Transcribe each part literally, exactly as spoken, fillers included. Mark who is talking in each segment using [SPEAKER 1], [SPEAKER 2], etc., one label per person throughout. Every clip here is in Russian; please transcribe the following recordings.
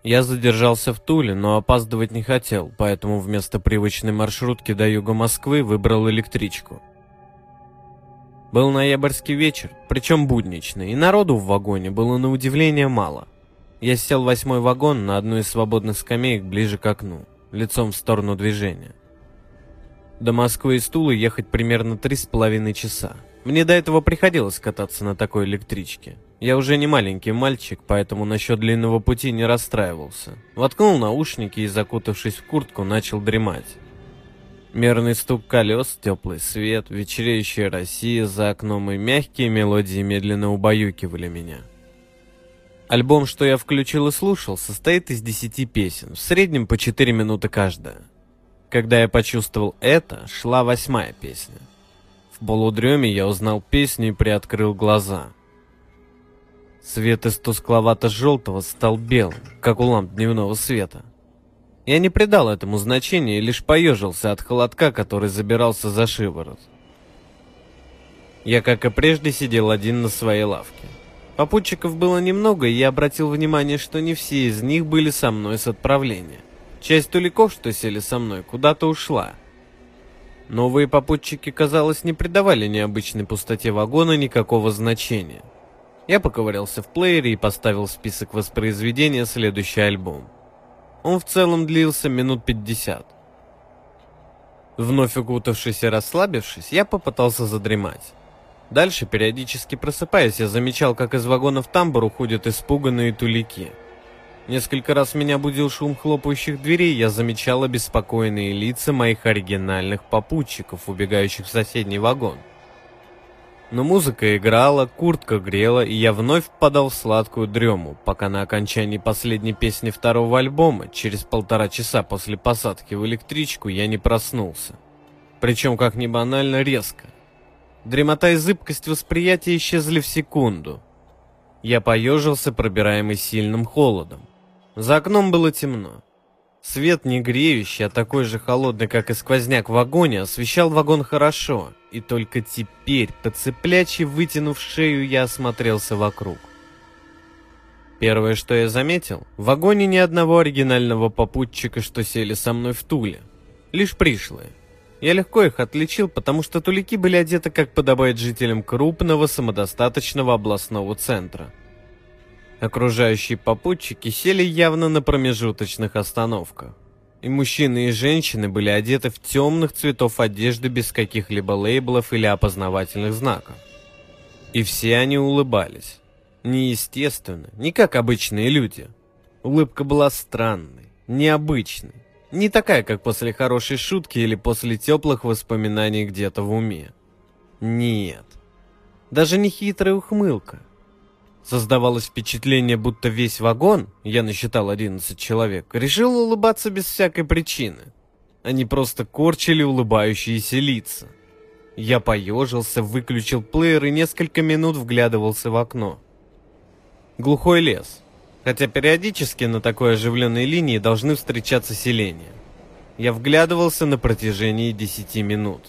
[SPEAKER 1] Я задержался в Туле, но опаздывать не хотел, поэтому вместо привычной маршрутки до юга Москвы выбрал электричку. Был ноябрьский вечер, причем будничный, и народу в вагоне было на удивление мало. Я сел в восьмой вагон на одну из свободных скамеек ближе к окну, лицом в сторону движения. До Москвы из Тулы ехать примерно три с половиной часа. Мне до этого приходилось кататься на такой электричке. Я уже не маленький мальчик, поэтому насчет длинного пути не расстраивался. Воткнул наушники и, закутавшись в куртку, начал дремать. Мерный стук колес, теплый свет, вечереющая Россия за окном и мягкие мелодии медленно убаюкивали меня. Альбом, что я включил и слушал, состоит из десяти песен, в среднем по четыре минуты каждая. Когда я почувствовал это, шла восьмая песня. В полудреме я узнал песню и приоткрыл глаза. Свет из тускловато-желтого стал белым, как у ламп дневного света. Я не придал этому значения и лишь поежился от холодка, который забирался за шиворот. Я, как и прежде, сидел один на своей лавке. Попутчиков было немного, и я обратил внимание, что не все из них были со мной с отправления. Часть туликов, что сели со мной, куда-то ушла. Новые попутчики, казалось, не придавали необычной пустоте вагона никакого значения. Я поковырялся в плеере и поставил в список воспроизведения следующий альбом. Он в целом длился минут пятьдесят. Вновь укутавшись и расслабившись, я попытался задремать. Дальше, периодически просыпаясь, я замечал, как из вагона в тамбур уходят испуганные тулики. Несколько раз меня будил шум хлопающих дверей, я замечал обеспокоенные лица моих оригинальных попутчиков, убегающих в соседний вагон. Но музыка играла, куртка грела, и я вновь впадал в сладкую дрему, пока на окончании последней песни второго альбома, через полтора часа после посадки в электричку, я не проснулся. Причем, как ни банально, резко. Дремота и зыбкость восприятия исчезли в секунду. Я поежился, пробираемый сильным холодом. За окном было темно. Свет не греющий, а такой же холодный, как и сквозняк в вагоне, освещал вагон хорошо, и только теперь, по-цыплячьи вытянув шею, я осмотрелся вокруг. Первое, что я заметил, в вагоне ни одного оригинального попутчика, что сели со мной в Туле. Лишь пришлые. Я легко их отличил, потому что тулики были одеты, как подобает жителям крупного самодостаточного областного центра. Окружающие попутчики сели явно на промежуточных остановках. И мужчины, и женщины были одеты в темных цветов одежды без каких-либо лейблов или опознавательных знаков. И все они улыбались. Неестественно, не как обычные люди. Улыбка была странной, необычной. Не такая, как после хорошей шутки или после теплых воспоминаний где-то в уме. Нет. Даже не хитрая ухмылка. Создавалось впечатление, будто весь вагон, я насчитал одиннадцать человек, решил улыбаться без всякой причины. Они просто корчили улыбающиеся лица. Я поежился, выключил плеер и несколько минут вглядывался в окно. Глухой лес. Хотя периодически на такой оживленной линии должны встречаться селения. Я вглядывался на протяжении десяти минут.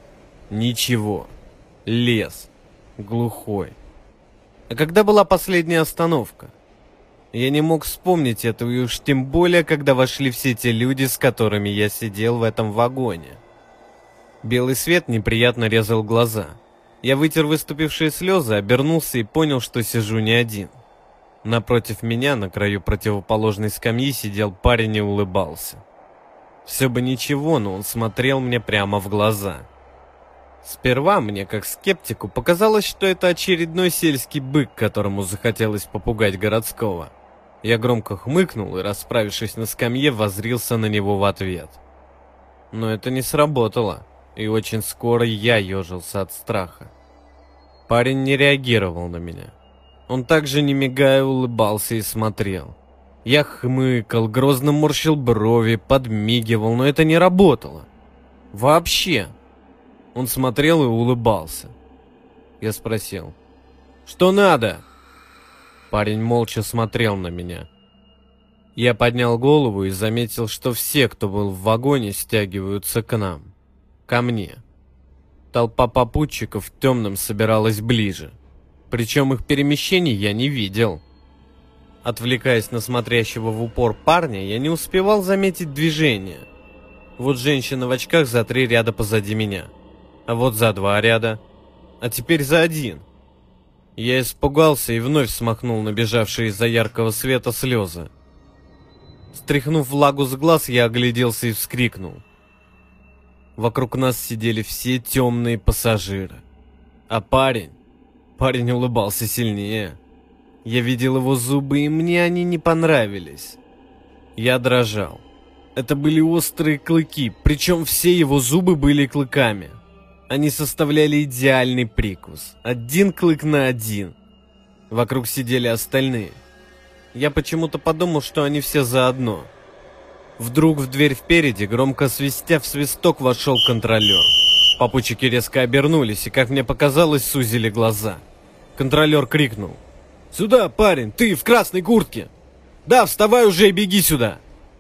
[SPEAKER 1] Ничего. Лес. Глухой. А когда была последняя остановка? Я не мог вспомнить этого, и уж тем более, когда вошли все те люди, с которыми я сидел в этом вагоне. Белый свет неприятно резал глаза. Я вытер выступившие слезы, обернулся и понял, что сижу не один. Напротив меня, на краю противоположной скамьи, сидел парень и улыбался. Все бы ничего, но он смотрел мне прямо в глаза. Сперва мне, как скептику, показалось, что это очередной сельский бык, которому захотелось попугать городского. Я громко хмыкнул и, расправившись на скамье, воззрился на него в ответ. Но это не сработало, и очень скоро я ежился от страха. Парень не реагировал на меня. Он также, не мигая, улыбался и смотрел. Я хмыкал, грозно морщил брови, подмигивал, но это не работало. Вообще. Он смотрел и улыбался. Я спросил: «Что надо?» Парень молча смотрел на меня. Я поднял голову и заметил, что все, кто был в вагоне, стягиваются к нам. Ко мне. Толпа попутчиков в темном собиралась ближе. Причем их перемещений я не видел. Отвлекаясь на смотрящего в упор парня, я не успевал заметить движение. Вот женщина в очках за три ряда позади меня, а вот за два ряда, а теперь за один. Я испугался и вновь смахнул набежавшие из-за яркого света слезы. Стряхнув влагу с глаз, я огляделся и вскрикнул. Вокруг нас сидели все темные пассажиры. А парень... Парень улыбался сильнее. Я видел его зубы, и мне они не понравились. Я дрожал. Это были острые клыки, причем все его зубы были клыками. Они составляли идеальный прикус. Один клык на один. Вокруг сидели остальные. Я почему-то подумал, что они все заодно. Вдруг в дверь впереди, громко свистя в свисток, вошел контролер. Попутчики резко обернулись и, как мне показалось, сузили глаза. Контролер крикнул: «Сюда, парень, ты в красной куртке! Да, вставай уже и беги сюда!»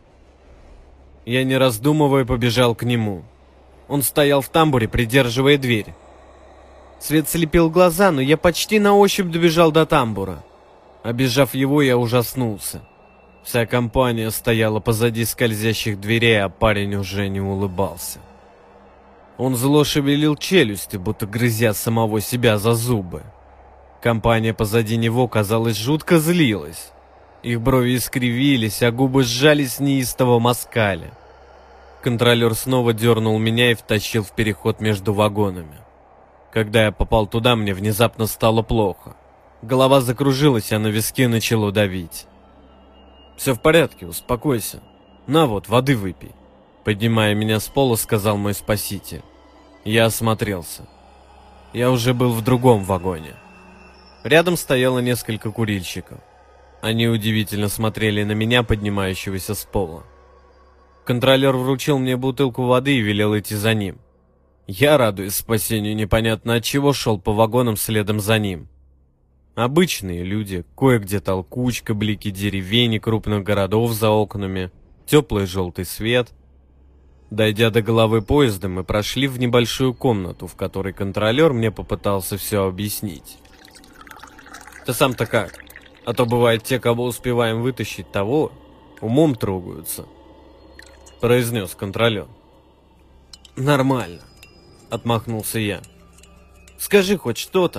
[SPEAKER 1] Я, не раздумывая, побежал к нему. Он стоял в тамбуре, придерживая дверь. Свет слепил глаза, но я почти на ощупь добежал до тамбура. Обежав его, я ужаснулся. Вся компания стояла позади скользящих дверей, а парень уже не улыбался. Он зло шевелил челюсти, будто грызя самого себя за зубы. Компания позади него, казалось, жутко злилась. Их брови искривились, а губы сжались в неистовом оскале. Контролер снова дернул меня и втащил в переход между вагонами. Когда я попал туда, мне внезапно стало плохо. Голова закружилась, а на виски начало давить. «Все в порядке, успокойся. На вот, воды выпей», — поднимая меня с пола, сказал мой спаситель. Я осмотрелся. Я уже был в другом вагоне. Рядом стояло несколько курильщиков. Они удивительно смотрели на меня, поднимающегося с пола. Контролер вручил мне бутылку воды и велел идти за ним. Я, радуясь спасению, непонятно от чего, шел по вагонам следом за ним. Обычные люди, кое-где толкучка, блики деревень и крупных городов за окнами, теплый желтый свет. Дойдя до головы поезда, мы прошли в небольшую комнату, в которой контролер мне попытался все объяснить. «Ты сам-то как? А то бывает, те, кого успеваем вытащить, того умом трогаются», — произнес контролер. «Нормально», — отмахнулся я. «Скажи хоть что-то».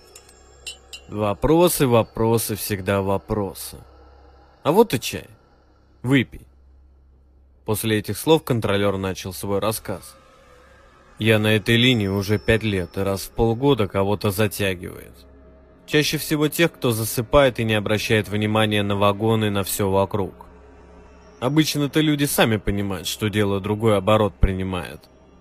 [SPEAKER 1] Вопросы, вопросы, всегда вопросы. А вот и чай. Выпей. После этих слов контролер начал свой рассказ. Я на этой линии уже пять лет, и раз в полгода кого-то затягивает. Чаще всего тех, кто засыпает и не обращает внимания на вагоны, на все вокруг. Обычно-то люди сами понимают, что дело другой оборот принимает.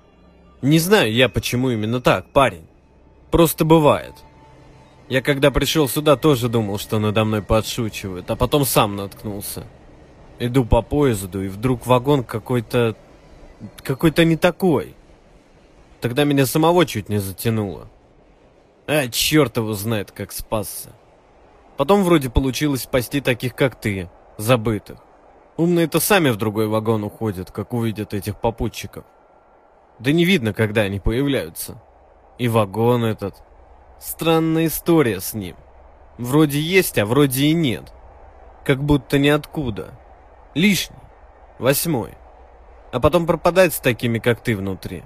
[SPEAKER 1] Не знаю я, почему именно так, парень. Просто бывает. Я когда пришел сюда, тоже думал, что надо мной подшучивают, а потом сам наткнулся. Иду по поезду, и вдруг вагон какой-то... какой-то не такой. Тогда меня самого чуть не затянуло. А черт его знает, как спасся. Потом вроде получилось спасти таких, как ты, забытых. Умные-то сами в другой вагон уходят, как увидят этих попутчиков. Да не видно, когда они появляются. И вагон этот... Странная история с ним. Вроде есть, а вроде и нет. Как будто ниоткуда. Лишний. Восьмой. А потом пропадать с такими, как ты, внутри.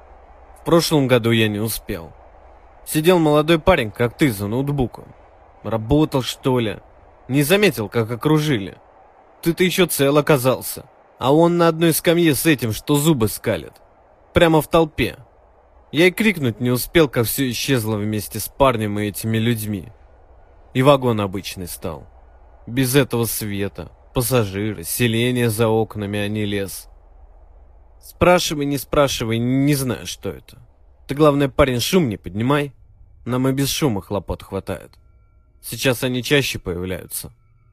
[SPEAKER 1] В прошлом году я не успел. Сидел молодой парень, как ты, за ноутбуком. Работал, что ли. Не заметил, как окружили. Ты-то еще цел оказался. А он на одной скамье с этим, что зубы скалит. Прямо в толпе. Я и крикнуть не успел, как все исчезло вместе с парнем и этими людьми. И вагон обычный стал. Без этого света, пассажиры, селение за окнами, а не лес. Спрашивай, не спрашивай, не знаю, что это. Ты, главное, парень, шум не поднимай. Нам и без шума хлопот хватает. Сейчас они чаще появляются.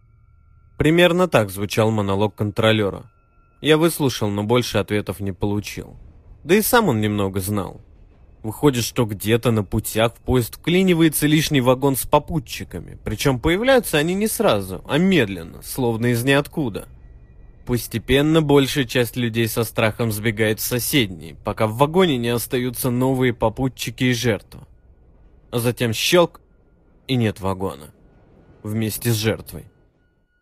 [SPEAKER 1] Примерно так звучал монолог контролера. Я выслушал, но больше ответов не получил. Да и сам он немного знал. Выходит, что где-то на путях в поезд вклинивается лишний вагон с попутчиками. Причем появляются они не сразу, а медленно, словно из ниоткуда. Постепенно большая часть людей со страхом сбегает в соседний, пока в вагоне не остаются новые попутчики и жертвы. А затем щелк, и нет вагона. Вместе с жертвой.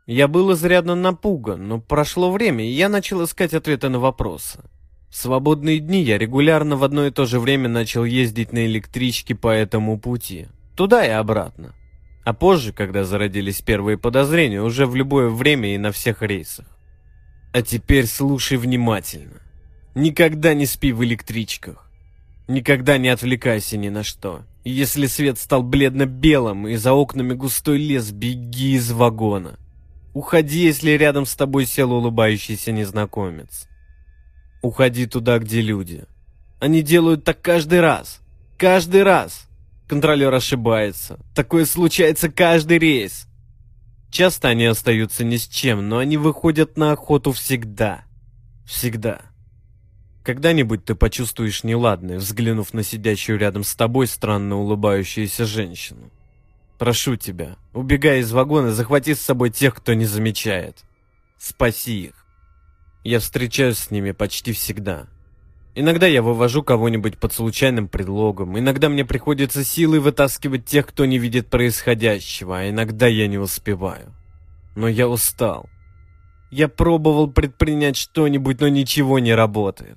[SPEAKER 1] Я был изрядно напуган, но прошло время, и я начал искать ответы на вопросы. В свободные дни я регулярно в одно и то же время начал ездить на электричке по этому пути, туда и обратно. А позже, когда зародились первые подозрения, уже в любое время и на всех рейсах. А теперь слушай внимательно. Никогда не спи в электричках. Никогда не отвлекайся ни на что. И если свет стал бледно-белым и за окнами густой лес, беги из вагона. Уходи, если рядом с тобой сел улыбающийся незнакомец. Уходи туда, где люди. Они делают так каждый раз. Каждый раз. Контролер ошибается. Такое случается каждый рейс. Часто они остаются ни с чем, но они выходят на охоту всегда. Всегда. Когда-нибудь ты почувствуешь неладное, взглянув на сидящую рядом с тобой странно улыбающуюся женщину. Прошу тебя, убегай из вагона, захвати с собой тех, кто не замечает. Спаси их. Я встречаюсь с ними почти всегда. Иногда я вывожу кого-нибудь под случайным предлогом, иногда мне приходится силой вытаскивать тех, кто не видит происходящего, а иногда я не успеваю. Но я устал. Я пробовал предпринять что-нибудь, но ничего не работает.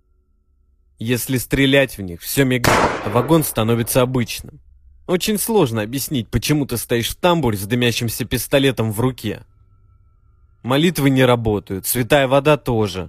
[SPEAKER 1] Если стрелять в них, все мигает, а вагон становится обычным. Очень сложно объяснить, почему ты стоишь в тамбуре с дымящимся пистолетом в руке. Молитвы не работают, святая вода тоже.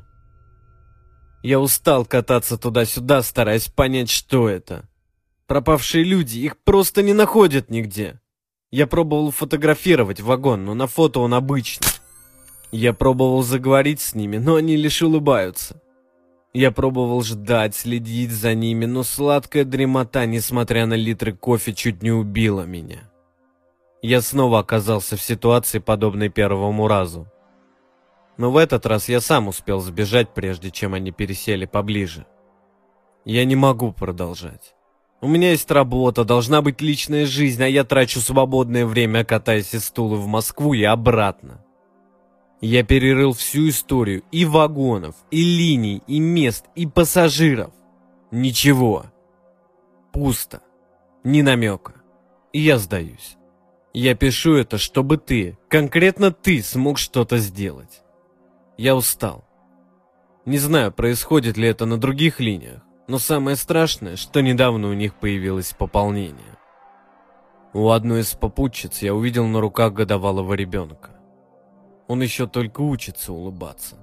[SPEAKER 1] Я устал кататься туда-сюда, стараясь понять, что это. Пропавшие люди, их просто не находят нигде. Я пробовал фотографировать вагон, но на фото он обычный. Я пробовал заговорить с ними, но они лишь улыбаются. Я пробовал ждать, следить за ними, но сладкая дремота, несмотря на литры кофе, чуть не убила меня. Я снова оказался в ситуации, подобной первому разу. Но в этот раз я сам успел сбежать, прежде чем они пересели поближе. Я не могу продолжать. У меня есть работа, должна быть личная жизнь, а я трачу свободное время, катаясь из Тулы в Москву и обратно. Я перерыл всю историю и вагонов, и линий, и мест, и пассажиров. Ничего. Пусто. Ни намека. И я сдаюсь. Я пишу это, чтобы ты, конкретно ты, смог что-то сделать. Я устал. Не знаю, происходит ли это на других линиях, но самое страшное, что недавно у них появилось пополнение. У одной из попутчиц я увидел на руках годовалого ребенка. Он еще только учится улыбаться.